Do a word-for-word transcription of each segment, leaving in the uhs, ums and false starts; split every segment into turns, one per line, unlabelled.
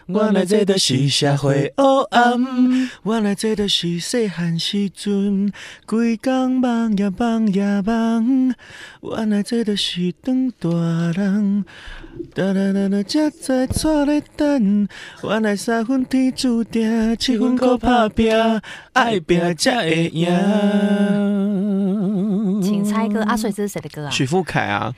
原来这就是社会黑暗，原来这就是细汉时阵，规工梦呀梦呀梦，原来这就是当大人，哒啦啦啦，才知错咧等，原来三分天注定，七分靠打拼，爱拼才会赢。
请猜歌啊，所以这是谁的歌啊？
许富凯啊。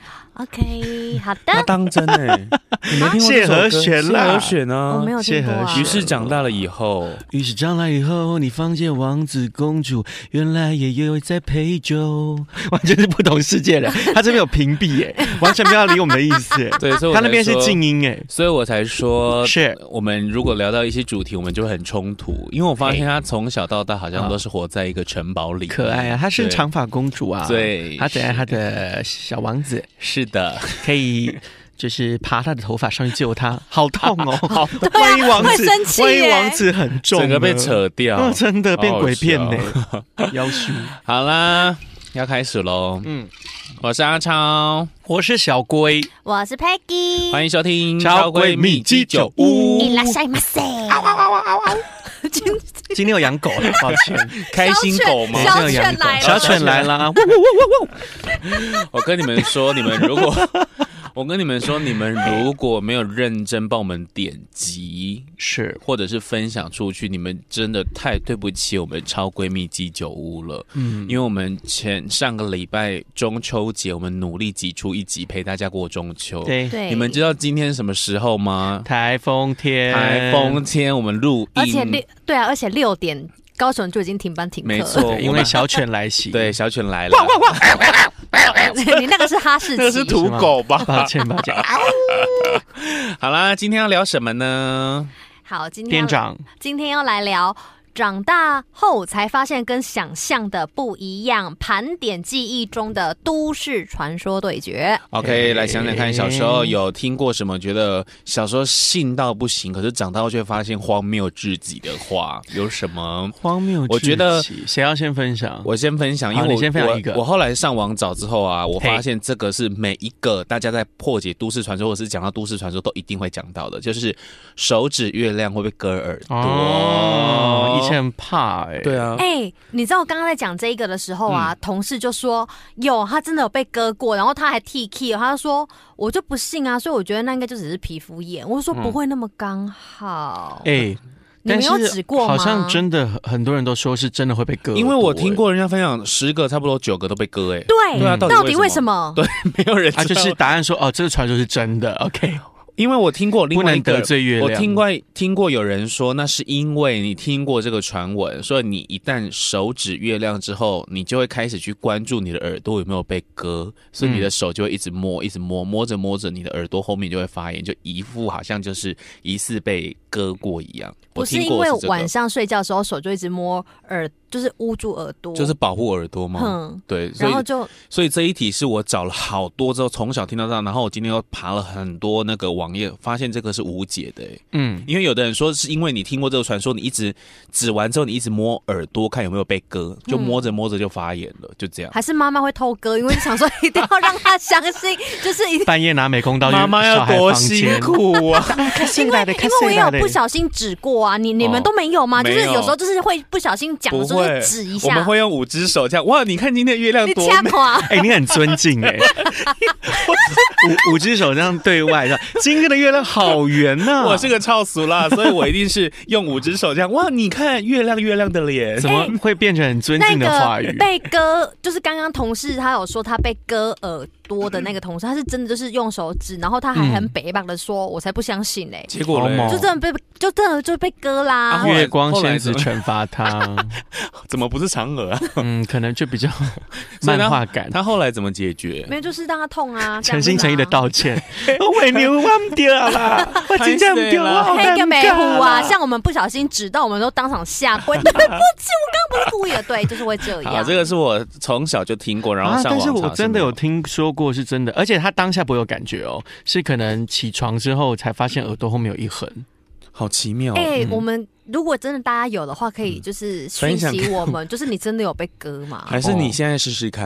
OK， 好的。
那当真哎、欸，你没听过这首歌？
谢和弦啦，
谢和弦啊，
我没有听过啊。
于是长大了以后，
于是长大以后，你放见王子公主，原来也有在陪酒，完全是不同世界的。他这边有屏蔽耶，完全不要理我们的意思。
对，所以我
他那边是静音哎，
所以我才说，
是
我们如果聊到一些主题，我们就会很冲突，因为我发现他从小到大好像都是活在一个城堡里，
可爱啊，她是长发公主啊，
对，
她只爱她的小王子，
是的，
可以。就是爬他的头发上去救他，好痛哦！好，
啊、
万一王子，
万
一王子很重，
整个被扯掉，
哦、真的变鬼片呢。夭寿。
好啦，要开始喽。嗯，我是阿超，
我是小龟，
我是 Peggy，
欢迎收听
超闺蜜鸡酒屋。
いらっしゃいませ。
嗷嗷嗷嗷嗷！今天有养狗了，抱歉。
开心狗吗？
小犬来了，
小犬来了！
我跟你们说，你们如果。我跟你们说，你们如果没有认真帮我们点击，
是
或者是分享出去，你们真的太对不起我们超闺蜜鸡酒屋了。嗯，因为我们前上个礼拜中秋节，我们努力挤出一集陪大家过中秋。
对，
对，
你们知道今天什么时候吗？
台风天，
台风天，我们录音，
而且六对啊，而且六点高雄就已经停班停课了。
没错，
因为小犬来袭。
对，小犬来了。
汪汪汪！
你那个是哈士奇，
那个是土狗吧？
抱歉抱歉。
好啦，今天要聊什么呢？
好，今天
店长，
今天要来聊长大后才发现跟想象的不一样，盘点记忆中的都市传说对决。
OK， 来想想看，小时候有听过什么？觉得小时候信到不行，可是长大后却发现荒谬至极的话，有什么
荒谬？
我觉得
谁要先分享？
我先分享，因为我
你先分享一个。
我, 我后来上网找之后啊，我发现这个是每一个大家在破解都市传说，或者是讲到都市传说都一定会讲到的，就是手指月亮会被割耳朵。
哦，以前很怕哎、欸。
对啊。
哎、欸，你知道我刚刚在讲这一个的时候啊，嗯、同事就说有，他真的有被割过，然后他还 T K， 他就说我就不信啊，所以我觉得那应该就只是皮肤炎。我说不会那么刚好。
哎、嗯。欸
你没有指过吗？
好像真的很多人都说是真的会被割，
因为我听过人家分享，十个差不多九个都被割，哎，
对，
对啊，
到底为什么？
对，没有人知道，
啊，就是答案说哦，这个传说是真的 ，OK。
因为我听过另外一个，
不能得罪月亮。
我听过听过有人说，那是因为你听过这个传闻，所以你一旦手指月亮之后，你就会开始去关注你的耳朵有没有被割，所以你的手就会一直摸，一直摸，摸着摸着，你的耳朵后面就会发炎，就一副好像就是疑似被割过一样。
不是因为晚上睡觉的时候手就一直摸耳，就是捂住耳朵，
就是保护耳朵吗？嗯，对。
然后就
所以这一题是我找了好多之后，从小听到大，然后我今天又爬了很多那个网页，发现这个是无解的、欸。嗯，因为有的人说是因为你听过这个传说，你一直指完之后，你一直摸耳朵看有没有被割，就摸着摸着就发炎了，就这样。
还是妈妈会偷割，因为想说一定要让他相信，就是
半夜拿美工刀，
妈妈要多辛苦啊！
因为因为我也有不小心指过啊，你你们都没有吗？就是有时候就是会不小心讲的时候就指一下，
我们会用五只手这样。哇，你看今天的月亮多美！
哎、欸，你很尊敬哎、欸，五五只手这样对外的，今天的月亮好圆呐、啊！
我是个超俗啦，所以我一定是用五只手这样。哇，你看月亮月亮的脸，
怎么会变成很尊敬的话语？
那个、被割就是刚刚同事他有说他被割耳多的那个同事，他是真的就是用手指，然后他还很北棒的说，嗯、我才不相信嘞、欸。
结果呢，
就真的被就真的就被割啦。
啊、月光仙子惩罚他，
怎么不是嫦娥啊？
嗯，可能就比较漫画感。
他后来怎么解决？
没有，就是让他痛啊，
诚心诚意的道歉。我为你忘掉了，我真的不掉了，
黑个美虎啊！像我们不小心指到，我们都当场下跪，对不起，我刚刚不是故意的，对，就是会这样。
好，这个是我从小就听过，然后上网查、啊。
但是我真的有听说过是真的，而且他当下不会有感觉哦，是可能起床之后才发现耳朵后面有一痕。
好奇妙！
哎、欸嗯，我们如果真的大家有的话，可以就是讯息我们，就是你真的有被割吗？
还是你现在试试看？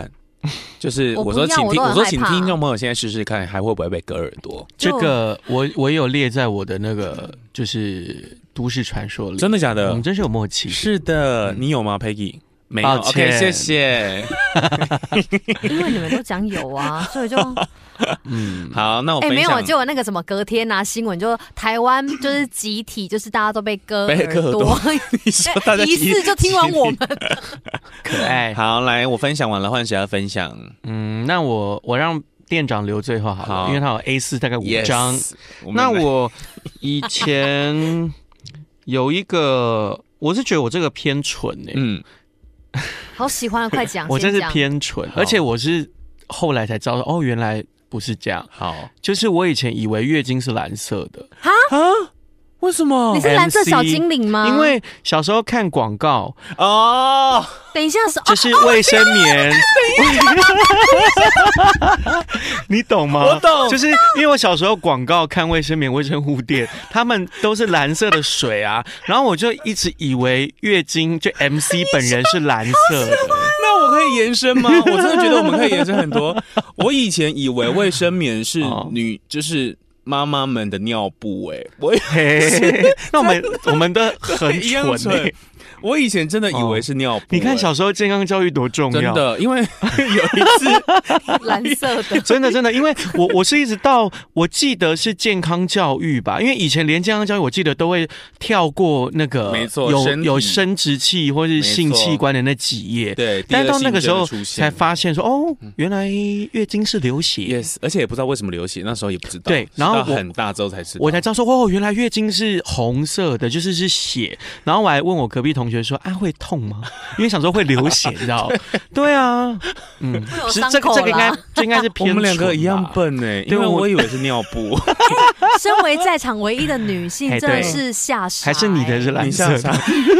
就是我说，请听，我说，请听众朋友现在试试看，还会不会被割耳朵？
这个我我有列在我的那个就是都市传说里。
真的假的？
我们真是有默契。
是的，你有吗 ，Peggy？没有。OK， 谢谢。
因为你们都讲有啊，所以就
嗯，好，那我哎、欸、
没有，就有那个什么隔天啊新闻，就台湾就是集体，就是大家都被割耳朵。
你说大家
一次就听完我们，
可爱。
好，来，我分享完了，换谁要分享？
嗯，那我我让店长留最后好了，好，因为他有 A 四 大概五张。
Yes,
那我以前有一个，我是觉得我这个偏蠢哎、欸，嗯。
好喜欢，快讲！
我真是偏蠢，而且我是后来才知道，哦，原来不是这样。
好，
就是我以前以为月经是蓝色的。
哈
啊？为什么？
你是蓝色小精灵吗？
因为小时候看广告
哦。
等一下是，
这是卫生棉。
哦
哦、你懂吗？
我懂，
就是因为我小时候广告看卫生棉、卫生护垫，他们都是蓝色的水啊，然后我就一直以为月经就 M C 本人是蓝色的。
那我可以延伸吗？我真的觉得我们可以延伸很多。我以前以为卫生棉是女，就是妈妈们的尿布、欸，哎，我也是。
那我们我们的很蠢、欸。
我以前真的以为是尿布、欸哦，
你看小时候健康教育多重要，
真的，因为有一次
蓝色的，
真的真的，因为我我是一直到我记得是健康教育吧，因为以前连健康教育我记得都会跳过那个，
没错，
有有生殖器或是性器官的那几页，
对，
但到那个时候才发现说，哦，原来月经是流血
，yes， 而且也不知道为什么流血，那时候也不知道，
对，然后
很大之后才知道，
我才知道说，哦，原来月经是红色的，就是是血，然后我还问我隔壁同学。觉得说啊会痛吗？因为想说会流血，你知道？对啊，嗯，
是
这个这个应该这应该是偏
我们两个一样笨哎、欸，因为我以为是尿布。
身为在场唯一的女性，真的是吓傻、欸，
还是你的是蓝色的？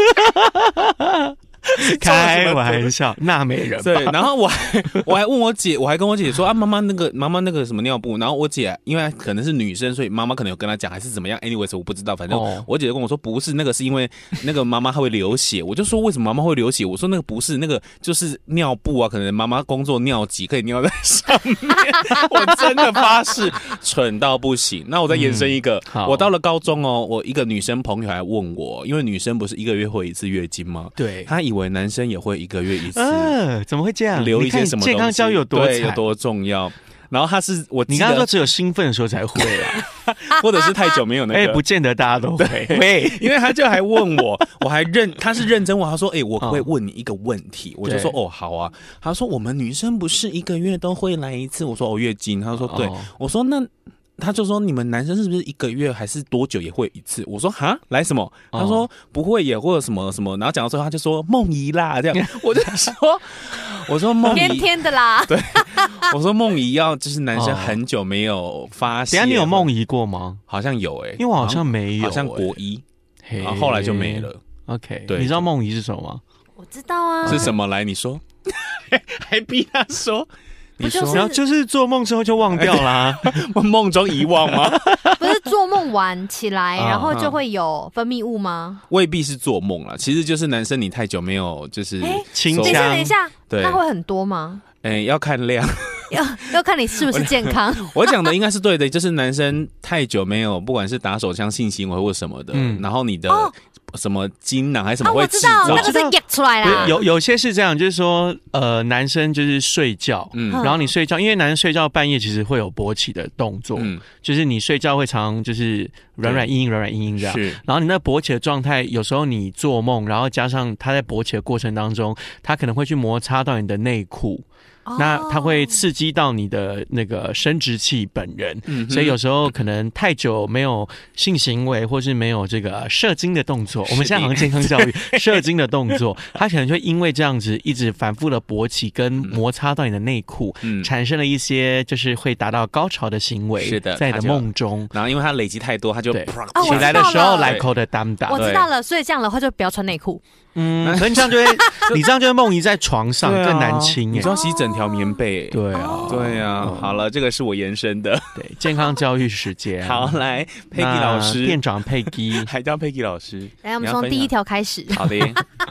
开玩笑，那没人。
对，然后我还我还问我姐，我还跟我姐说啊，妈妈那个妈妈那个什么尿布，然后我姐因为可能是女生，所以妈妈可能有跟她讲，还是怎么样 ？anyways， 我不知道，反正我姐就跟我说不是，那个是因为那个妈妈她会流血，我就说为什么妈妈会流血？我说那个不是，那个就是尿布啊，可能妈妈工作尿急可以尿在上面。我真的发誓，蠢到不行。那我再延伸一个，嗯、我到了高中哦，我一个女生朋友还问我，因为女生不是一个月会一次月经吗？
对，
她以为男生也会一个月一次，
呃，怎么会这样？
留一些什么东西？
健康教育有多
对有多重要？然后他是我，
你刚刚说只有兴奋的时候才会啊，
或者是太久没有那个，
哎、欸，不见得大家都会。
会，因为他就还问我，我还认他是认真问，他说：“哎、欸，我可不可以问你一个问题？”我就说：“哦，好啊。”他说：“我们女生不是一个月都会来一次？”我说：“哦，月经。”他说：“对。哦”我说：“那。”他就说：“你们男生是不是一个月还是多久也会一次？”我说：“哈，来什么？”他说：“不会也或者什么什么。”然后讲到最后，他就说：“梦遗啦。”这样，我就说：“我说梦遗
天天的啦。”
对，我说梦遗要就是男生很久没有发现。
等一下你有梦遗过吗？
好像有哎、欸，
因为我好像没有、欸，
好像国一，然后后来就没了。
OK，
对，
你知道梦遗是什么吗？
我知道啊，
是什么？来，你说，还逼他说。
你说，然后就是做梦之后就忘掉啦，
梦中遗忘吗？
不是做梦完起来，然后就会有分泌物吗？
未必是做梦啦，其实就是男生你太久没有就是
清
腔。等一下，等一下，
对，
那会很多吗？
哎、欸，要看量，
要要看你是不是健康。
我讲的应该是对的，就是男生太久没有，不管是打手枪、性行为或什么的，嗯、然后你的。哦什么精囊还是什么会制造？
哦、我知道，那个是get出来啦。
有有些是这样，就是说，呃，男生就是睡觉，嗯，然后你睡觉，因为男生睡觉半夜其实会有勃起的动作，嗯，就是你睡觉会常常就是软软硬硬、软软硬硬这样，是。然后你那勃起的状态，有时候你做梦，然后加上他在勃起的过程当中，他可能会去摩擦到你的内裤。那它会刺激到你的那个生殖器本人，嗯、所以有时候可能太久没有性行为，或是没有这个射精的动作，我们现在好像健康教育射精的动作，它可能就因为这样子一直反复的勃起跟摩擦到你的内裤，嗯、产生了一些就是会达到高潮的行为，
是的，
在你的梦中，
然后因为它累积太多，它就
起来的时候来口的当当，
我知道了，所以这样的话就不要穿内裤。
嗯，可能这样就会，你这样就会梦遗在床上更难清、欸，
你就要洗整条棉被、欸。
对啊，
对啊。嗯、好了，这个是我延伸的，
对健康教育时间。
好，来佩吉老师，
店长佩吉，
还叫佩吉老师。
来，我们从第一条开始。
好的。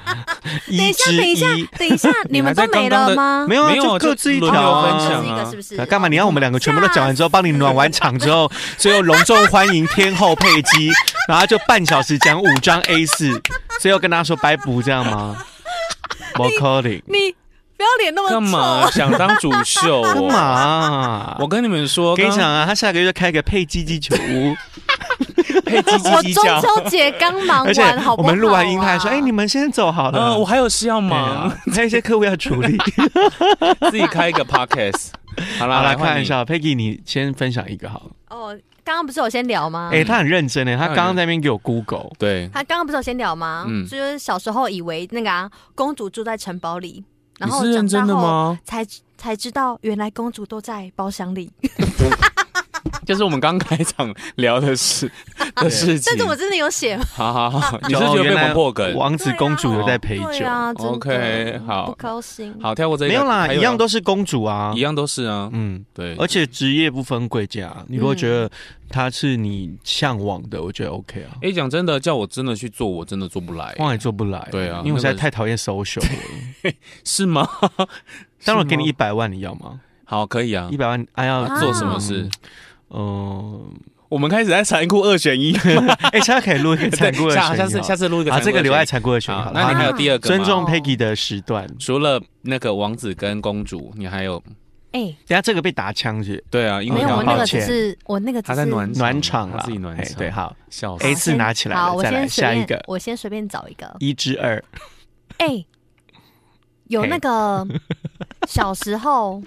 一
等一下，
之
等一下
一，
等一下，你们都没了吗？
没有啊，
没有
就各自一条
轮流
啊
分享啊
是不是？
干嘛？你让我们两个全部都讲完之后，帮你暖完场之后，最后隆重欢迎天后佩姬，然后就半小时讲五张 A 四，最后跟大家说拜不这样吗？不可能，
你不要脸那么臭
干嘛想当主秀、哦？
干嘛、啊？
我跟你们说，
跟你讲啊，他下个月就开个佩姬鸡酒屋，
佩鸡鸡
我
鸡叫。
中秋节刚忙
而且
完，好不好、啊？
我们录完音，他还说：“哎、你们先走好了。
嗯，我还有事要忙，
啊还有一些客户要处理。
自己开一个 podcast。好啦，
好
来
啦，开玩笑，Peggy，你先分享一个好了。
哦，刚刚不是有先聊吗？
哎、欸，他很认真诶，他刚刚在那边给我 Google。
对，
他刚刚不是有先聊吗？嗯，就是小时候以为那个、啊、公主住在城堡里，然后
你是认真的吗？
才才知道原来公主都在包厢里。
就是我们刚开场聊的事的事情。
但是我真的有写。
好好好，你是觉得被我们破梗？
王子公主有在陪酒。
对啊
，OK， 好，
不高兴。
好，跳过这个。
没有啦，一样都是公主啊，
一样都是啊。
嗯，
对。
而且职业不分贵贱啊，你如果觉得他是你向往的，我觉得 OK 啊。
哎，讲真的，叫我真的去做，我真的做不来，
我也做不来。
对啊，
因为我实在太讨厌 social 了。
是吗？
当然，给你一百万，你要吗？
好，可以啊。
一百万，哎要
做什么事？
嗯，
我们开始在残酷二选一。
哎，下次可以录一个残酷二选一，
下次下次录一个。
啊，这个留在残酷二选一。好，
那你还有第二个？
尊重 Peggy 的时段。
除了那个王子跟公主，你还有？
哎，
等下这个被打枪去。
对啊，因为
没有，我那个只是我那个
他在暖
暖场了，
自己暖场。
对，好
，A
四拿起来，
好，我先
下一个，
我先随便找一个。
一之二。
哎，有那个小时候。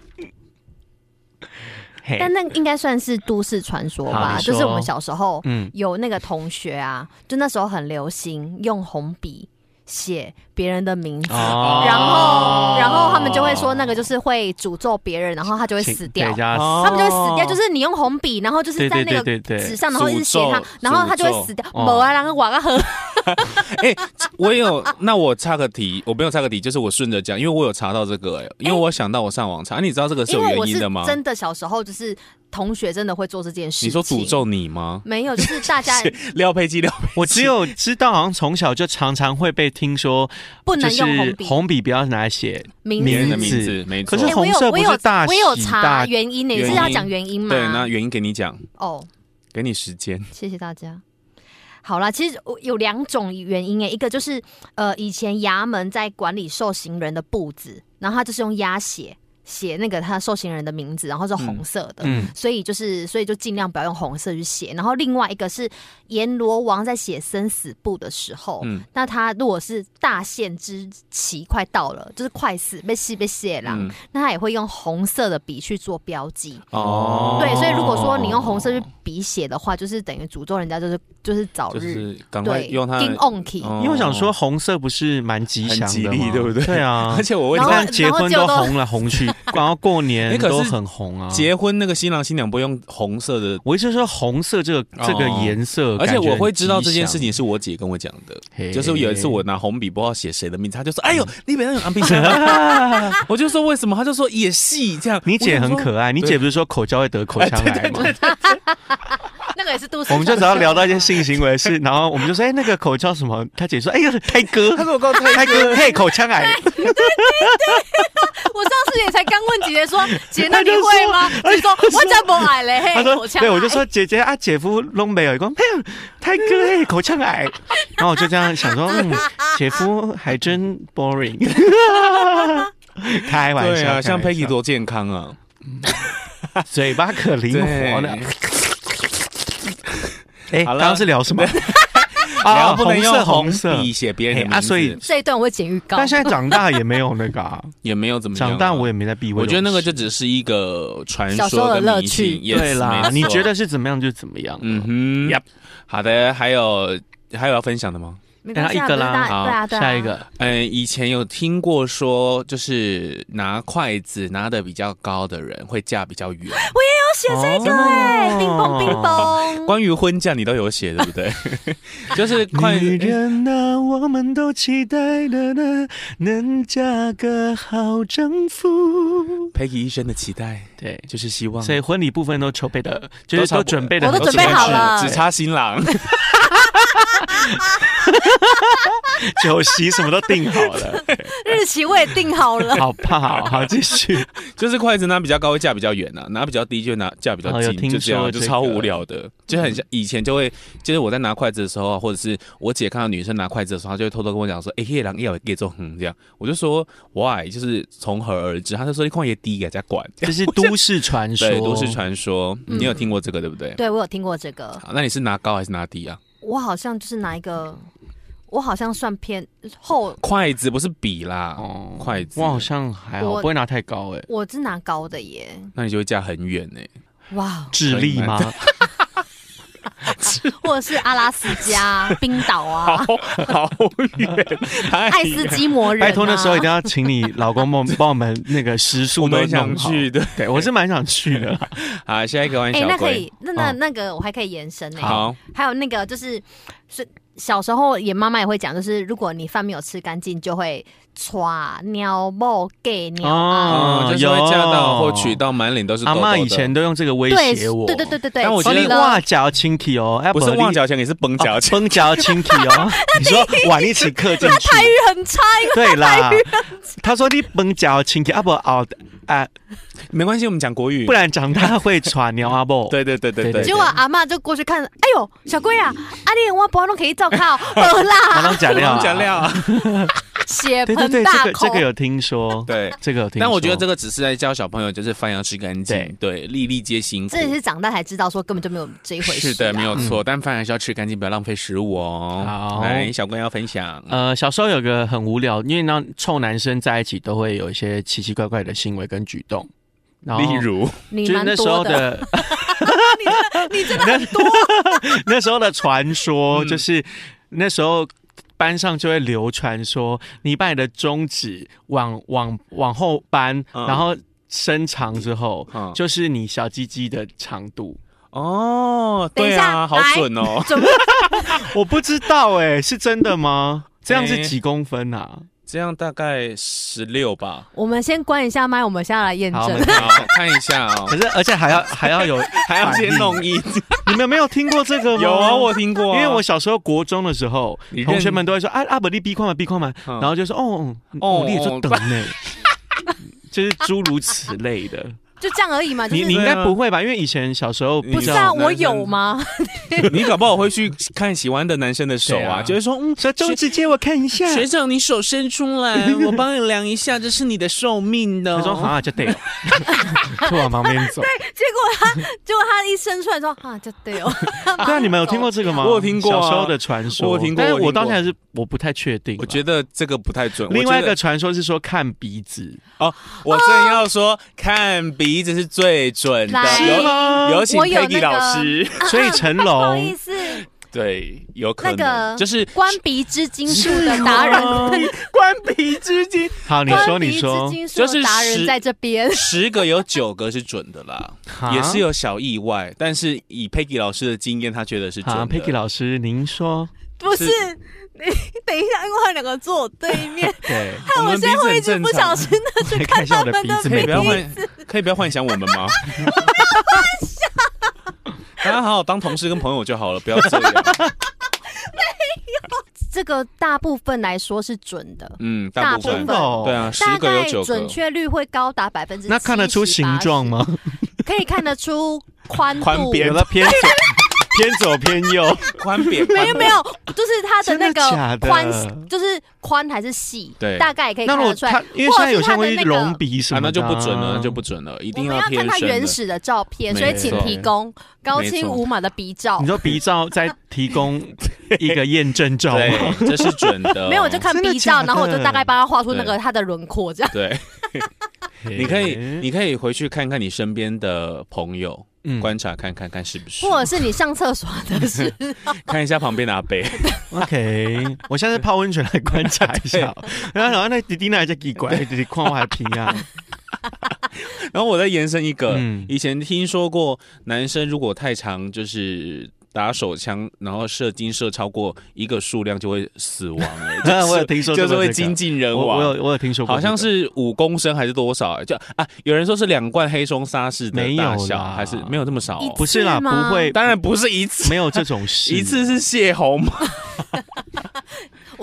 但那应该算是都市传说吧，就是我们小时候有那个同学啊，就那时候很流行用红笔写别人的名字，哦、然后然后他们就会说那个就是会诅咒别人，然后他就会死掉，他们就会死掉，就是你用红笔，然后就是在那个纸上，然后一直写他，然后他就会死掉。某啊，然后瓦个喝。
哎、欸，我也有，那我插个题，我没有插个题，就是我顺着讲，因为我有查到这个、欸，因为我想到我上网查，啊、你知道这个是有原因的吗？
真的，小时候就是同学真的会做这件事情。
你说诅咒你吗？
没有，就是大家
廖佩基，廖佩基，
我只有知道，好像从小就常常会被听说，
不能用红笔，
红笔不要拿来写
名字，名字没错。
可是红色不是大喜大，
我有查原因呢，你是要讲原因吗？
对，那原因给你讲
哦，
给你时间，
谢谢大家。好啦，其实有两种原因诶，一个就是呃，以前衙门在管理受刑人的簿子，然后他就是用鸭血写那个他受刑人的名字，然后是红色的，嗯、所以就是所以就尽量不要用红色去写。然后另外一个是阎罗王在写生死簿的时候，嗯、那他如果是大限之期快到了，就是快死被吸被写了，嗯、那他也会用红色的笔去做标记。哦，对，所以如果说你用红色去笔写的话，就是等于诅咒人家，就是就是早日
就是赶快用它。
因为我想说红色不是蛮吉祥的吗？
很吉利，对不对？
对啊，
而且我问
你看结婚都红来红去。然后过年都很红啊！
结婚那个新郎新娘不用红色的，
我意思是说红色这个、哦、这个颜色，
而且我会知道这件事情是我姐跟我讲的，就是有一次我拿红笔不知道写谁的名字，她就说：“哎呦，你别那种安平山。”我就说为什么？她就说也细这样。
你姐很可爱，你姐不是说口交会得口腔癌吗？
那个也是都市。
我们就只要聊到一些性行为事，然后我们就说：“哎、欸，那个口交什么？”她姐说：“哎呀，胎哥。”
她说：“我告诉
胎哥，嘿，口腔癌。”
对对对，我上次也才刚问姐姐说：“姐，那你会吗？”姐说：“我才不爱嘞，嘿，口腔癌。”
对，我就说：“姐姐啊，姐夫拢没有，讲嘿，胎哥嘿，口腔癌。”然后我就这样想说：“嗯，姐夫还真 boring。”开玩笑，
对啊，像 Peggy 多健康啊，
嘴巴可灵活呢。哎，刚刚是聊什么？
啊，不能用红色笔写别人的名字、
啊，所以
这一段我会剪预告。
但现在长大也没有那个、啊，
也没有怎么样、啊。
长大我也没在避讳。
我觉得那个就只是一个传说的乐趣，
对啦。你觉得是怎么样就怎么样。
嗯哼， yep. 好的，还有还有要分享的吗？
没关系、啊，
一个啦，
好，对啊对啊
下一个。
嗯，以前有听过说，就是拿筷子拿得比较高的人会嫁比较远。
我也有写这个哎、欸，冰崩冰崩。
关于婚嫁你都有写，对不对？就是筷子。
女人啊，我们都期待的呢，能嫁个好丈夫。
Peggy 一生的期待，
对，
就是希望。
所以婚礼部分都筹备的，就是都准备的，
我都准备好了，
只差新郎。
酒席什么都定好了，
日期我也定好了。
好怕哦。好，继续。
就是筷子拿比较高会架比较远啊，拿比较低就拿架比较近，
哦有听
就这样，
说这个
就超无聊的，就很像以前就会，就是我在拿筷子的时候，或者是我姐看到女生拿筷子的时候，她就会偷偷跟我讲说，哎、欸，夜郎要给做哼这样，我就说 why， 就是从何而知，她就说你看也低给人家管，
这是都市传说，
对，都市传说，
嗯
你有听过这个对不对？
对，我有听过这个。
好，那你是拿高还是拿低啊？
我好像就是拿一个，我好像算偏后，
筷子不是笔啦，
哦，
筷子，
我好像还好，
我
不会拿太高哎、欸。
我是拿高的耶。
那你就会架很远呢、欸。
哇，
智利吗？
或者是阿拉斯加、冰岛啊，
好好远，
爱斯基摩人、啊。
拜托，那时候一定要请你老公帮帮我们那个食宿都
我蛮想
弄好
去的。
对，我是蛮想去的。
好，下一个玩
哎、
小
那可
龟。
以，那那、
哦
那个我还可以延伸呢、
好，
还有那个就是是小时候也妈妈也会讲，就是如果你饭没有吃干净，就会歘尿某给尿啊。
哦，就是会嫁到或娶到满脸都是痘痘的。
阿嬷以前都用这个威
对
胁我，
对对对对对，
但我觉得
你袜脚清体哦，
不是旺角钱，也是崩角钱。
崩脚清体哦。你说碗一起刻进去，
台语很差，因为
对啦。他说你崩脚清体，啊不熬啊，
没关系，我们讲国语
不。然长大会喘尿阿不。
对对对对对，
结果阿嬷就过去看，哎呦，小龟啊，阿你我包都可以照靠，好
我
啦，
拢假料啊，
讲料啊。
血
对对对，这
盆大口。
个这个有听说，
对，
这个有听说。
但我觉得这个只是在教小朋友，就是饭要吃干净
对，
对，粒粒皆辛苦
这。也是长大才知道，说根本就没有这一回事、啊。
是的，没有错，但饭还是要吃干净，不要浪费食物哦。
好
来，小龟要分享。
呃，小时候有个很无聊，因为那臭男生在一起都会有一些奇奇怪怪的行为跟举动，然后
例如，
你蛮
就是那时候
多的，
的
你真的很多。
那时候的传说，
嗯
就是那时候班上就会流传说，你把你的中指往往往后扳，
嗯
然后伸长之后，
嗯
就是你小鸡鸡的长度。
哦，
等一下
对啊，好
来
准哦。
准备
我不知道哎、是真的吗？这样是几公分啊？
这样大概十六吧。
我们先关一下麦，我们现在来验
好，我
证
们。看。
好，看一下哦
可。是而且还要还要有
还要先弄一，
你们没有听过这个吗？
有啊，我听过啊。
因为我小时候国中的时候
你，认
同学们都会说啊阿伯你闭框嘛闭框嘛，
嗯
然后就说哦哦你也就等呢，就是诸如此类的。
就这样而已嘛。就是
你你应该不会吧？因为以前小时候
你
不是啊，
比较，
我有吗？
你搞不好会去看喜欢的男生的手啊，
对啊
就会说，嗯，
所以中指借我看一下。
学长，你手伸出来，我帮你量一下，这是你的寿命的、哦。
他说好啊就对了，就往旁边走。
结果他，结果他一伸出来说啊，就对哦。
对啊，你们有听过这个吗？
我有听过啊
小时候的传说，
我有听过
但是
我有听过
我当下是我不太确定。
我觉得这个不太准。
另外一
我觉得
个传说是说看鼻子，
哦，我正要说看鼻子是最准的，
来
是吗
有有请
我有
Peggy
那个
老师。
所以成
不好意
龙
思，
对，有可能、
那个
就是
关鼻之金术的达人，
关鼻之金，
好，你说
关鼻
你说
之，金术
就是
的达人
十
在这边。
十个有九个是准的啦，
哈
也是有小意外，但是以 Peggy 老师的经验，他觉得是准
好
的。
，Peggy 老师，您说，
不是，
是
你等一下，因为他们两个坐我对面，
对，
害我现在会一直不小心的去看他们的
来看一下我的鼻子
可以不要
鼻
幻，可以不要幻想我们吗？大家好好当同事跟朋友就好了，不要这样。
这个大部分来说是准的，
嗯，大部分
大部分
真的哦
对啊，十
大
个有九个
概准。确率会高达百分之。
那看得出形状？吗？
可以看得出宽度。
宽边
有的偏左，偏左偏右，
宽扁
没有没有，就是它的那
真的假的
个宽，就是宽还是细，
对
大概也可以
那如果
看得出来。
他，因为现在有些人会隆鼻什
啊，那
么的啊，
就不准了，那就不准了，一
我们要
定偏
看它
深的。
原始的照片，
没
所以请
错
提供高清无码的鼻照
你。说鼻照再提供一个验证照
对
吗？，
这是准的。
没有，我就看
真的
鼻照，
假的
然后我就大概帮他画出那个
对
它的轮廓，这样。
对，你可以，你可以回去看看你身边的朋友，
嗯
观察看看看是不是，
或者是你上厕所的时候，
看一下旁边的阿伯。
OK，我现在泡温泉来观察一下，然后然后那弟弟那在奇怪，弟弟看我还平啊，
然后我再延伸一个，
嗯
以前听说过，男生如果太长，就是打手枪，然后射精射超过一个数量就会死亡了。就是
我有听说
就是会
这个
精尽人
我
亡。
我有我有听说过这个，
好像是五公升还是多少、就啊，有人说是两罐黑松沙士的
没有
大小，
啦
还是没有这么少、
一
哦？
不是啦，
是吗
不会，
当然不是一次，
没有这种事，
一次是泄洪嘛。
我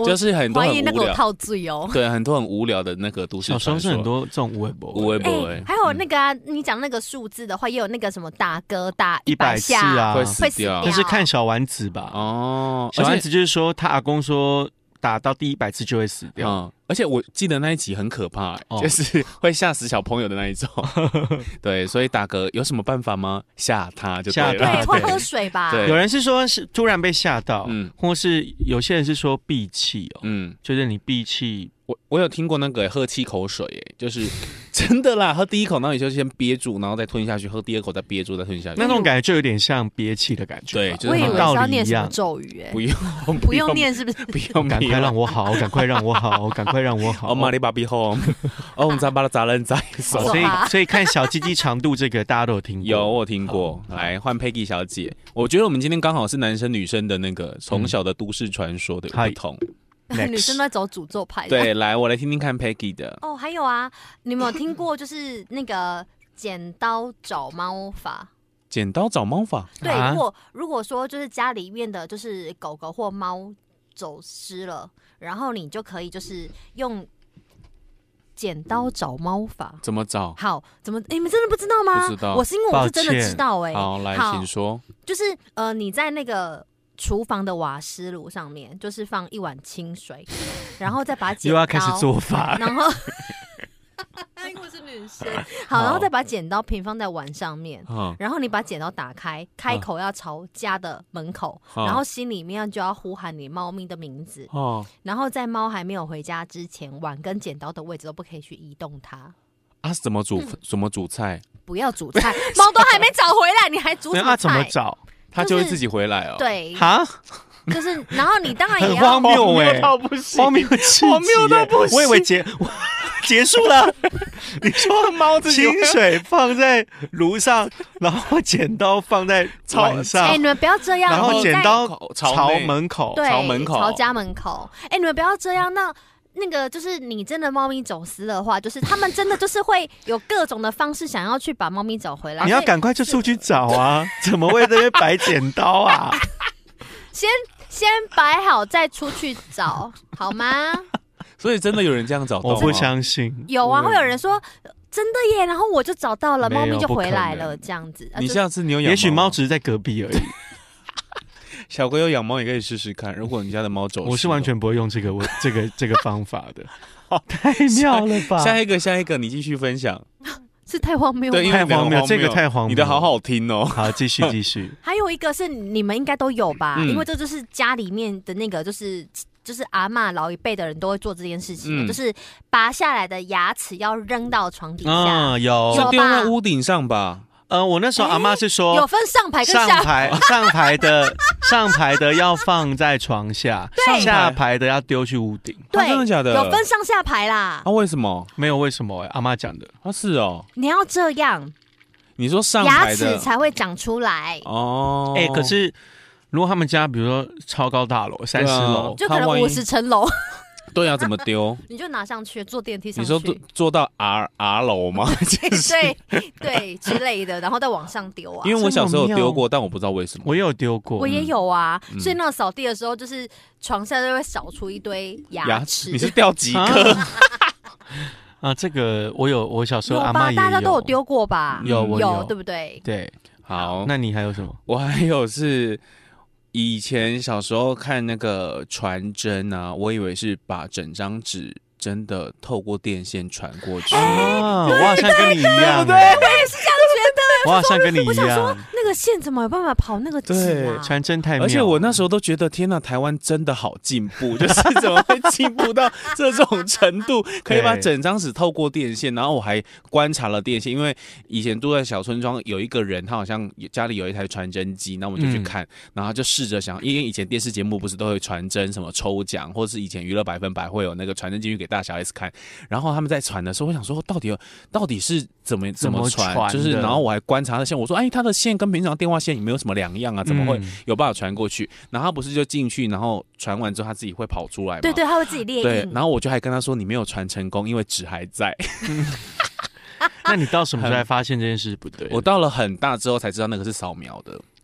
就是很多很
怀疑那
无聊，
个有套罪哦。
对，很多很无聊的那个都市
小时候
传说。
是很多这种无微博，
无微博
哎、
哎，
还有那个啊，你讲那个数字的话，也有那个什么打嗝打一
一百
百下
次啊，
会死
会死掉。
那是看小丸子吧？
哦，
小丸
而且
子就是说，他阿公说打到第一百次就会死掉。
嗯，而且我记得那一集很可怕、欸
哦
就是会吓死小朋友的那一种。对，所以打嗝有什么办法吗？吓他就对了。
吓他
对，或
对
喝水吧。
对
有人是说是突然被吓到，
嗯
或是有些人是说闭气哦，
嗯，
就是你闭气，
我我有听过那个、欸喝七口水、欸，就是真的啦，喝第一口，然后你就先憋住，然后再吞下去，喝第二口再憋住，再吞下去。
那种感觉就有点像憋气的感觉吧。
对就是
我以为是
道
要念什么
理一样。
咒语、哎，
不用
不用，念是不是？
不用，
赶快让我好，赶快让我好，赶快让我好。
哦，玛丽巴比后，哦，我们再把它砸人在手。
所以
走吧
所以看小鸡鸡长度这个大家都有听过，
有，我有听过。来换 Peggy 小姐，我觉得我们今天刚好是男生女生的那个从小的都市传说的
嗨
不同。
Next
女生都在走诅咒派的。
对，来，我来听听看 Peggy 的。
哦，还有啊，你们有听过就是那个剪刀找猫法？
剪刀找猫法，
对，
啊
如果如果说就是家里面的就是狗狗或猫走失了，然后你就可以就是用剪刀找猫法。
怎么找？
好，怎么你们真的不知道吗？
不知道
我是因为我是真的
抱歉
知道哎、
好，来，
好
请说。
就是呃你在那个厨房的瓦斯炉上面，就是放一碗清水，然后再把剪刀
又要开始做法，
然后因为我是女生，好，然后再把剪刀平放在碗上面。
嗯，
然后你把剪刀打开，开口要朝家的门口，
嗯
然后心里面就要呼喊你猫咪的名字，
哦
然后在猫还没有回家之前，碗跟剪刀的位置都不可以去移动它，
啊，怎么煮？怎么煮菜？
不要煮菜，猫都还没找回来，你还煮什么
那他怎么
菜？
找？
它就会自己回来哦。，
对，
哈，
就是，然后你当然也
很
要
荒谬哎，
到不行
荒谬至
荒谬到不行
我以为结我结束了。你说
猫自己
清水放在炉上，然后剪刀放在碗
哎、
上，
你们不要这样，
然后
你在
剪刀朝
朝内
门口。
对
朝门口
朝家门口。哎、你们不要这样，那。那个就是你真的猫咪走失的话，就是他们真的就是会有各种的方式想要去把猫咪找回来。所以
你要赶快就出去找啊！怎么会在那边摆剪刀啊？
先先摆好再出去找，好吗？
所以真的有人这样找到吗？
我不相信。
有啊，
我
会有人说真的耶，然后我就找到了，
没有
猫咪就
不可
回来
能
了，这样子。啊就
你下次你有养
也许
猫吗
猫只是在隔壁而已。
小龟有养猫也可以试试看。如果你家的猫走失了，
我是完全不会用这个我这个这个方法的。太妙了吧！
下一个，下一个，你继续分享。
是太荒谬
对，因
了。
为
太荒谬，这个太荒谬。
你的好好听哦。
好，继续继续。
还有一个是你们应该都有吧，
嗯
因为这就是家里面的那个就是。就是阿嬷老一辈的人都会做这件事情的，
嗯
就是拔下来的牙齿要扔到床底下，
嗯，有
有
是丢在屋顶上吧？
呃，我那时候阿妈是说，
有分上排跟
上
下
排上排的上排的要放在床下，
对
下排的要丢去屋顶。
对，
啊真的假的
有分上下排啦。
啊，为什么？
没有为什么、欸？阿妈讲的。
啊，是哦。
你要这样，
你说上
牙
排的
齿才会长出来，
哦。
哎、可是如果他们家比如说超高大楼三十
对啊
楼，
就可
它万一
能五十层楼，
对啊，怎么丢？
你就拿上去，坐电梯上去。
你说做做到 R R 楼吗？
对对之类的，然后再往上丢啊。
因为我小时候有
这么妙
丢过，但我不知道为什么。
我也有丢过。
我也有啊，
嗯
所以那种扫地的时候，就是床下就会扫出一堆牙齿。
你是掉几颗？
啊，这个我有，我小时候
有吧？
阿妈也
大家都有丢过吧？
有我有
对不对？
对，
好，
那你还有什么？
我还有是以前小时候看那个传真啊，我以为是把整张纸真的透过电线传过去。
啊，我好像跟你一样、
对
欸，
我也是这样觉得。
我好像跟你一
我想说
样，，
那个线怎么有办法跑那个纸啊？
传真太妙了。
而且我那时候都觉得，天呐，台湾真的好进步，就是怎么会进步到这种程度，可以把整张纸透过电线。然后我还观察了电线，因为以前住在小村庄，有一个人他好像家里有一台传真机，那我们就去看，嗯、然后就试着想，因为以前电视节目不是都会传真什么抽奖，或是以前娱乐百分百会有那个传真进去给大小 S 看，然后他们在传的时候，我想说到底有到底是怎么怎么传，
传
就是然后我还观察了线，我说哎，它的线跟平常电话线也没有什么两样啊，怎么会有办法传过去？然后他不是就进去，然后传完之后他自己会跑出来吗？
对对，他会自己列印。
对，然后我就还跟他说你没有传成功，因为纸还在。
那你到什么时候才发现这件事不对？
我到了很大之后才知道那个是扫描的。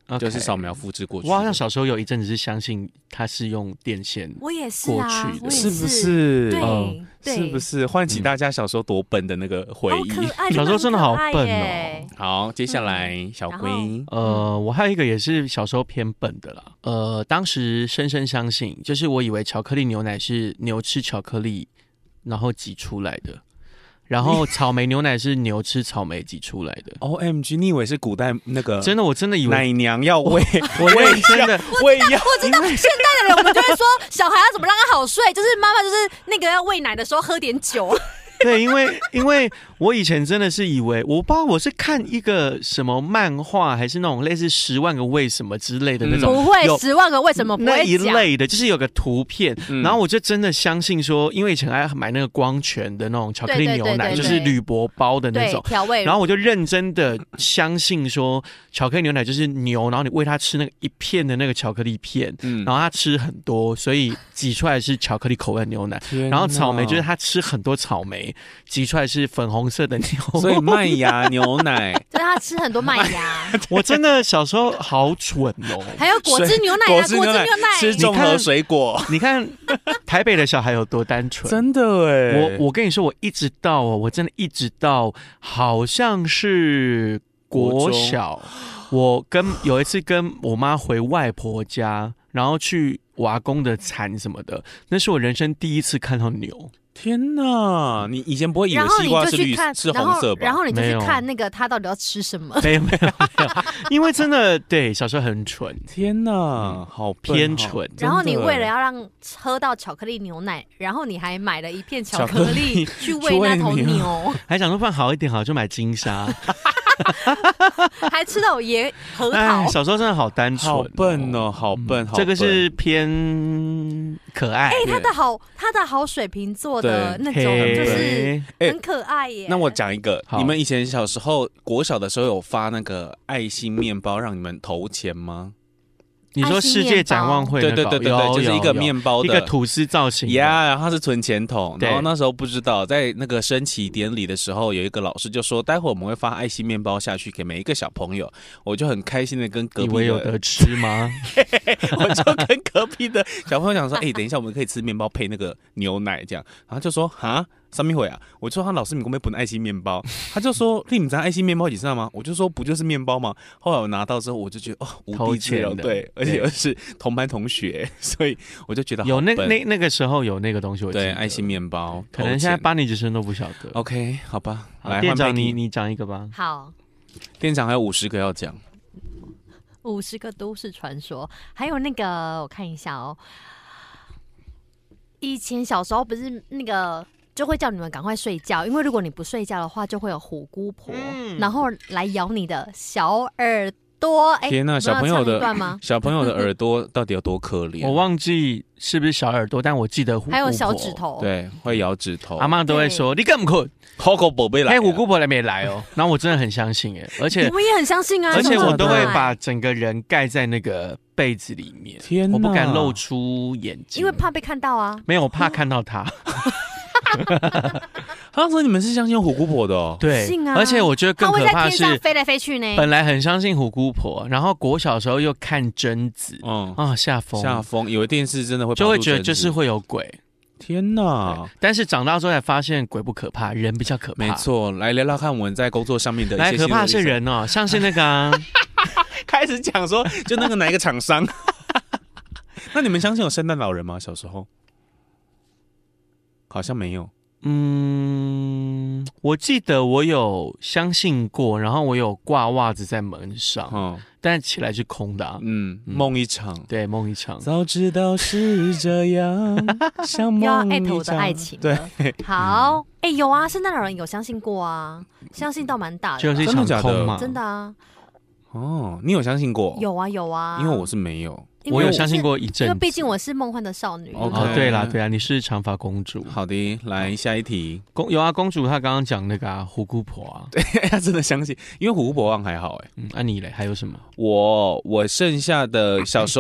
，okay,
就是扫描复制过去。
我好像小时候有一阵子是相信它是用电线，
我也是啊，我也
是不是？
对、
嗯、是不是唤起大家小时候多笨的那个回忆？
嗯、
小时候真的好笨哦。
好，接下来、嗯、小龟，
呃，我还有一个也是小时候偏笨的啦。呃，当时深深相信，就是我以为巧克力牛奶是牛吃巧克力然后挤出来的。然后草莓牛奶是牛吃草莓挤出来的。
O M G， 你以为是古代那个？
真的，我真的以为
奶娘要喂，
我喂真的
喂药。我知道，现代的人我们就会说，小孩要怎么让他好睡，就是妈妈就是那个要喂奶的时候喝点酒。
对，因为因为我以前真的是以为，我不知道我是看一个什么漫画，还是那种类似十万个为什么之类的那种，
不会十万个为什么不会
那一类的，就是有个图片，
嗯、
然后我就真的相信说，因为以前爱买那个光泉的那种巧克力牛奶，
对对对对对
就是铝箔包的那种
调味，
然后我就认真的相信说，巧克力牛奶就是牛，然后你喂它吃那个一片的那个巧克力片，嗯、然后它吃很多，所以挤出来是巧克力口味的牛奶，然后草莓就是它吃很多草莓。挤出来是粉红色的牛，
所以麦芽牛奶，
就是他吃很多麦芽。
我真的小时候好蠢哦。
还有果汁牛奶啊，果汁牛奶，
吃综合水果。
你看, 你看台北的小孩有多单纯，
真的哎！
我我跟你说，我一直到哦，我真的一直到好像是国小，我跟有一次跟我妈回外婆家，然后去我阿公的产什么的，那是我人生第一次看到牛。
天哪！你以前不会以为西瓜是绿是红色吧？
然后你就去看那个他到底要吃什么？
没有没有没有，因为真的对小时候很蠢。
天哪，嗯、好
偏蠢。
然后你为了要让喝到巧克力牛奶，然后你还买了一片巧克力去喂那头牛，
还想说饭好一点好，就买金沙。
还吃到野核桃，
小时候真的好单纯、哦，
好笨哦，好笨，嗯、好笨。
这个是偏可爱。
哎、欸，他的好，他的好水瓶座的那种，就是很可爱耶。
欸、那我讲一个，你们以前小时候国小的时候有发那个爱心面包让你们投钱吗？
你说世界展望会那个，
对对对对对，就是一个面包的
一个吐司造型
呀， yeah, 然后它是存钱筒，然后那时候不知道，在那个升旗典礼的时候，有一个老师就说，待会我们会发爱心面包下去给每一个小朋友，我就很开心的跟隔壁的，
以为有得吃吗？
我就跟隔壁的小朋友讲说，哎、欸，等一下我们可以吃面包配那个牛奶这样，然后就说哈。什么会啊？我就说他老师，你可不可以分爱心面包？他就说你们知道爱心面包几知道吗？我就说不就是面包吗？后来我拿到之后，我就觉得哦，无地自容，对，而且又是同班同学，所以我就觉得好
有那那那个时候有那个东西我记得，
对，爱心面包，
可能现在八年级生都不晓得。
OK， 好吧，
好来店长你你讲一个吧。
好，
店长还有五十个要讲，
五十个都市传说，还有那个我看一下哦，以前小时候不是那个。就会叫你们赶快睡觉，因为如果你不睡觉的话，就会有虎姑婆，嗯、然后来咬你的小耳朵。欸、
天哪，小朋友的小朋友的耳朵到底有多可怜？
我忘记是不是小耳朵，但我记得虎姑婆
还有小指头，
对，会咬指头。
阿嬤都会说：“你干不困？
好狗宝贝来，
哎，虎姑婆还没来哦。”然后我真的很相信哎，而且
我也很相信啊，
而且我都会把整个人盖在那个被子里面，
天哪，
我不敢露出眼睛，
因为怕被看到啊。
没有，我怕看到他。
当时你们是相信虎姑婆的哦，
对，
啊、
而且我觉得更可怕是，
他会在天上飞来飞去呢。
本来很相信虎姑婆，然后国小的时候又看贞子，嗯啊吓疯
吓疯，以为电视真的会
就会觉得就是会有鬼。
天哪！
但是长大之后才发现鬼不可怕，人比较可怕。
没错，来聊聊看我们在工作上面的一些。
来，可怕是人哦，像是那个、啊、
开始讲说，就那个哪一个厂商。那你们相信有圣诞老人吗？小时候好像没有。
嗯，我记得我有相信过，然后我有挂袜子在门上，嗯，但起来是空的、啊。
嗯，梦一场，
对，梦一场。
早知道是这样，像梦一场。
要艾特我的爱情。
对，
好，哎、欸，有啊，圣诞老人有相信过啊，相信到蛮大的，
就是一场空嘛，
真的啊。
哦，你有相信过？
有啊，有啊，
因为我是没有。
我有相信过一阵子，
因为毕竟我是梦幻的少女。
哦，对啦，对啦，你是长发公主。
好的，来下一题。
公有啊，公主她刚刚讲那个啊，虎姑婆啊，
对，她真的相信，因为虎姑婆忘还好哎。
嗯，那、啊、你嘞？还有什么？
我我剩下的小时候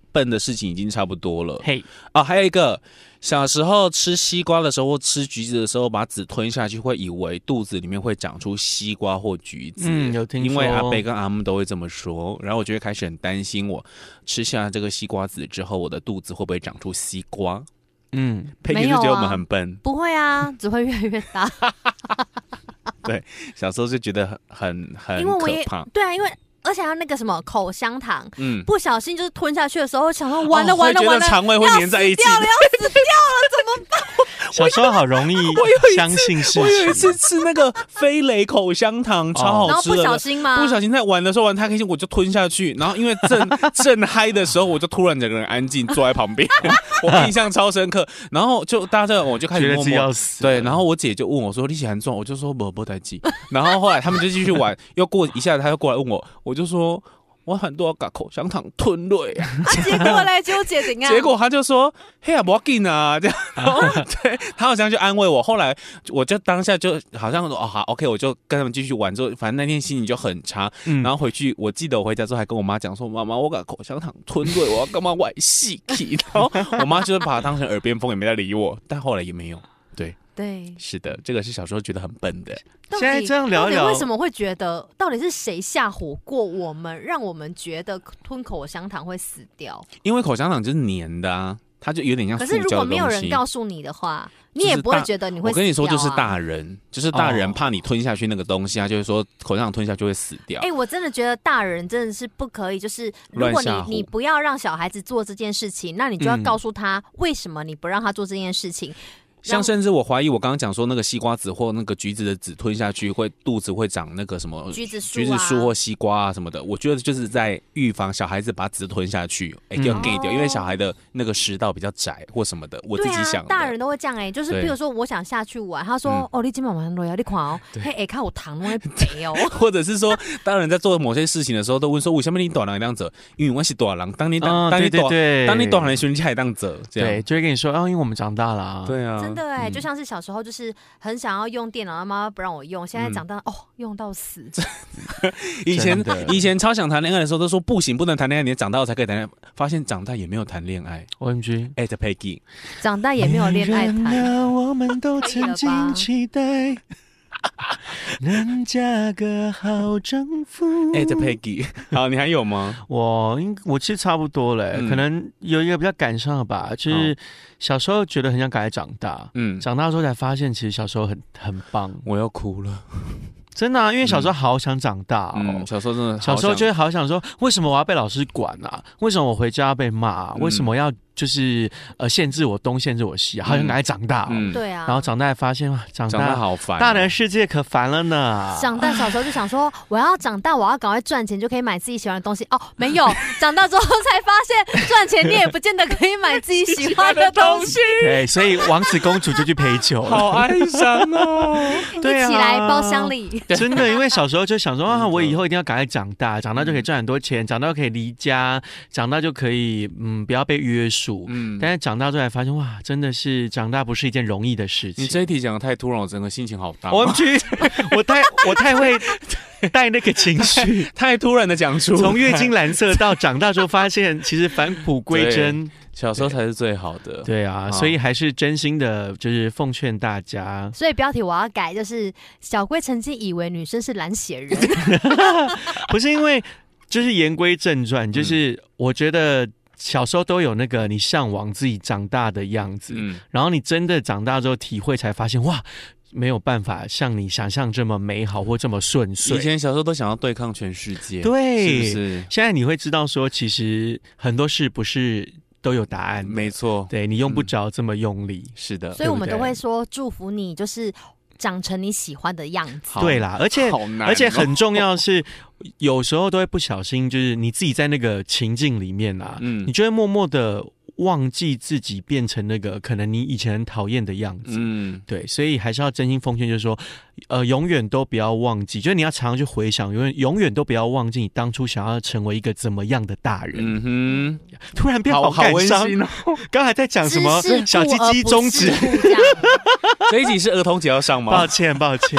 笨的事情已经差不多了。
嘿，
哦，还有一个，小时候吃西瓜的时候或吃橘子的时候，把籽吞下去，会以为肚子里面会长出西瓜或橘子。
嗯，有听说，
因为阿伯跟阿姆都会这么说，然后我就会开始很担心，我吃下这个西瓜籽之后，我的肚子会不会长出西瓜？
嗯，
佩奇是觉得我们很笨，
不会啊，只会越来越大。
对，小时候就觉得很很很
因为我也
可怕。
对啊，因为而且还有那个什么口香糖，
嗯，
不小心就是吞下去的时候，想说完了、哦、完了完了，
肠胃会粘在一起，
要死掉了，要死掉了，怎么办？
小时候好容易相信事情。
我有一次吃那个飞雷口香糖，超好吃的。
然后不小心吗？
不小心在玩的时候玩太开心，我就吞下去。然后因为正正嗨的时候，我就突然整个人安静坐在旁边，我印象超深刻。然后就大家我就开始默默
觉得要死。
对，然后我姐就问我说：“你喜欢撞？”我就说：“不不带记。”然后后来他们就继续玩，又过一下，他又过来问我，我就说。我很多把口香糖吞了呀，
啊、结果嘞，结果姐怎样？
结果他就说：“嘿呀，不要紧啊，这样。”对，他好像就安慰我。后来我就当下就好像说：“哦好 ，OK， 我就跟他们继续玩。”之后，反正那天心情就很差。嗯、然后回去，我记得我回家之后还跟我妈讲说：“妈妈，我把口香糖吞了，我要干嘛玩戏？”然后我妈就是把它当成耳边风，也没再理我。但后来也没有。对
对，
是的，这个是小时候觉得很笨的。
现在这样聊聊，
为什么会觉得到底是谁吓唬过我们，让我们觉得吞口香糖会死掉？
因为口香糖就是黏的啊，它就有点像塑胶的东西。
可是如果没有人告诉你的话，你也不会觉得你会死掉、啊。
我跟你说，就是大人，就是大人怕你吞下去那个东西，他、哦、就是说口香糖吞下就会死掉。
哎、欸，我真的觉得大人真的是不可以，就是如果你你不要让小孩子做这件事情，那你就要告诉他为什么你不让他做这件事情。嗯
像甚至我怀疑，我刚刚讲说那个西瓜籽或那个橘子的籽吞下去，会肚子会长那个什么
橘子树、啊、
橘子树或西瓜啊什么的。我觉得就是在预防小孩子把籽吞下去，哎、欸，要给掉，因为小孩的那个食道比较窄或什么的。我自己想的，
对啊，大人都会这样哎、欸，就是比如说我想下去玩，他说、嗯、哦，你今晚晚上都要你看哦，嘿哎，看我糖会肥哦。
或者是说，大人在做某些事情的时候，都问说为什么你大人这样子？因为我是大人，当你当、
哦、
当你大当你大人的时候，你还这样子，这样
对，就会跟你说哦，因为我们长大了、啊。
对啊，
真的哎、欸，就像是。小时候就是很想要用电脑，妈妈不让我用。现在长大、嗯、哦，用到死。
以前以前超想谈恋爱的时候，都说不行，不能谈恋爱，你长大后才可以谈恋爱。发现长大也没有谈恋爱。
O M G
at Peggy，
长大也没有恋爱谈。
我们都曾经期待能嫁个好丈夫。
at Peggy， 好，你还有吗？
我我其实差不多了、嗯，可能有一个比较感伤的吧，就是小时候觉得很想赶快长大，嗯，长大之后才发现其实小时候很很棒。
我要哭了。
真的啊，因为小时候好想长大哦。
嗯、小时候真的好，
小时候就会好想说，为什么我要被老师管啊？为什么我回家要被骂、啊嗯？为什么要就是呃限制我东，限制我西、啊？好想赶快长大、哦。嗯，
对啊。
然后长大发现哇，长大,
长大好烦、哦，
大人世界可烦了呢。
长大小时候就想说，我要长大，我要赶快赚钱，就可以买自己喜欢的东西。哦，没有，长大之后才发现，赚钱你也不见得可以买自己喜欢的东西。
对，所以王子公主就去陪酒了，
好哀伤哦。
对啊，
一起来包厢里。
真的，因为小时候就想说啊，我以后一定要赶快长大，长大就可以赚很多钱，长大就可以离家，长大就可以嗯不要被约束。嗯，但是长大之后才发现哇，真的是长大不是一件容易的事情。
你这一题讲的太突然，我整个心情好大。
我去，我太我太会带那个情绪，
太突然的讲出，
从月经蓝色到长大之后发现，其实返璞归真。
小时候才是最好的。
对啊，所以还是真心的，就是奉劝大家。
所以标题我要改，就是小龟曾经以为女生是蓝血人，
不是因为，就是言归正传，就是我觉得小时候都有那个你向往自己长大的样子，嗯，然后你真的长大之后体会，才发现哇。没有办法像你想象这么美好或这么顺遂。
以前小时候都想要对抗全世界，
对，
是不是？
现在你会知道说，其实很多事不是都有答案，
没错，
对你用不着这么用力，
嗯、是的。
所以我们都会说祝福你，就是长成你喜欢的样子。
对啦，而且、
哦、
而且很重要是，有时候都会不小心，就是你自己在那个情境里面啊，嗯，你就会默默的。忘记自己变成那个可能你以前很讨厌的样子，嗯，对，所以还是要真心奉劝，就是说，呃，永远都不要忘记，就是你要常常去回想，永远永远都不要忘记你当初想要成为一个怎么样的大人。嗯哼，突然变好感伤哦。刚才在讲什么小鸡鸡中指？
这
这一集是儿童节要上吗？
抱歉，抱歉。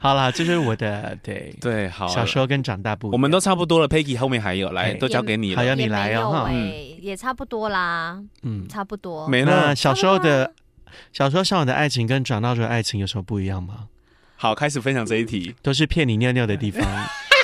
好啦，这就是我的对
对，好，
小时候跟长大不一样，
我们都差不多了。Peggy 后面还有，来
嘿
都交给你了。
好，要你来哦哈。
也没有欸也差不多啦，
嗯，
差不多。
没
那
了。
小时候的小时候向往的爱情跟长大之后的爱情有什么不一样吗？
好，开始分享这一题。
都是骗你尿尿的地方。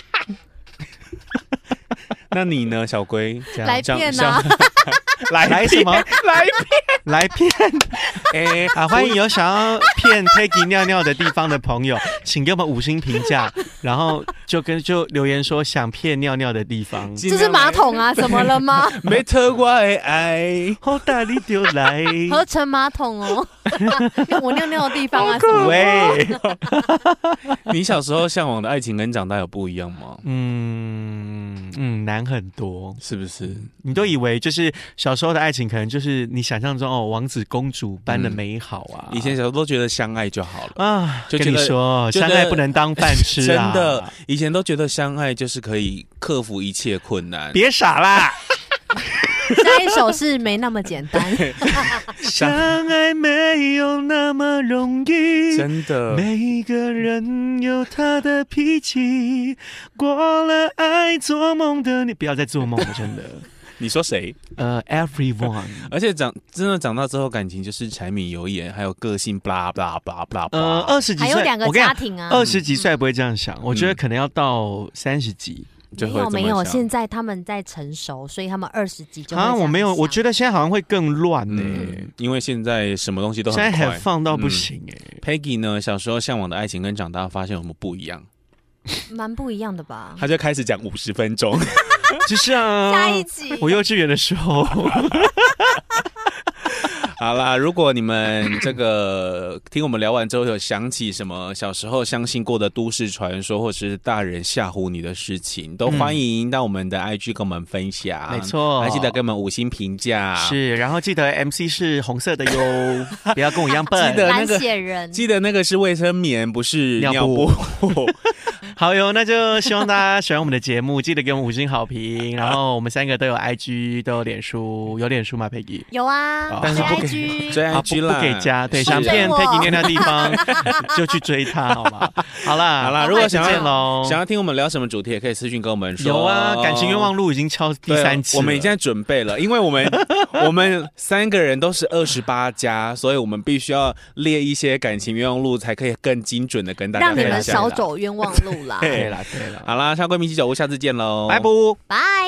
那你呢，小龟？
这样
来骗啊！
来
来什么？
来
来骗？
哎
啊，欢迎有想要骗 Peggy 尿尿的地方的朋友，请给我们五星评价，然后就跟就留言说想骗尿尿的地方。
这是马桶啊，怎么了吗？
没特我的爱，
好大力丢来。
合成马桶哦，我尿尿的地方啊，什么？
喂，
你小时候向往的爱情跟长大有不一样吗？
嗯嗯，难很多，
是不是？
你都以为就是小时候的爱情，可能就是你想象中哦，王子公主般的美好啊。
以前小时候都觉得相爱就好了
啊，
就觉得
跟你说，
觉得
相爱不能当饭吃啊！
真的，以前都觉得相爱就是可以克服一切困难。
别傻啦！
下一首是没那么简单。
相爱没有那么容易，
真的，
每个人有他的脾气，过了爱做梦的你，不要再做梦了，真的。
你说谁？
呃、uh, ，everyone，
而且长真的长大之后，感情就是柴米油盐，还有个性，blah blah blah blah。
呃，二十几岁
还有两个家庭啊，
二十几岁不会这样想，我觉得可能要到三十几。
就
没有没有，现在他们在成熟，所以他们二十几就会这样想。
啊，我没有，我觉得现在好像会更乱呢、
嗯，因为现在什么东西都很快，
现在很放到不行哎、
嗯。Peggy 呢，小时候向往的爱情跟长大发现有什么不一样？
蛮不一样的吧？
他就开始讲五十分钟，
就是啊，
下一集
我幼稚园的时候。
好啦，如果你们这个听我们聊完之后有想起什么小时候相信过的都市传说，或是大人吓唬你的事情，都欢迎到我们的 I G 跟我们分享。
没错，
还记得给我们五星评价。
是，然后记得 M C 是红色的哟，不要跟我一样笨。
记得那个
蓝血人，
记得那个是卫生棉，不是尿布。
好哟，那就希望大家喜欢我们的节目，记得给我们五星好评。然后我们三个都有 I G， 都有脸书，有脸书吗 Peggy？
有啊，
但是不给
追 I G 啦，
不给加。对，想骗 Peggy 尿尿地方就去追他，好吗？好啦，
好啦，如果想
要
想要听我们聊什么主题，也可以私讯跟我们说。
有啊，感情冤枉路已经敲第三次，
我们已经在准备了，因为我们我们三个人都是二十八加，所以我们必须要列一些感情冤枉路，才可以更精准的跟大家
让你们少走冤枉路啦。
对啦，对啦，
好啦，下闺蜜七九五，下次见喽，
拜拜。
拜。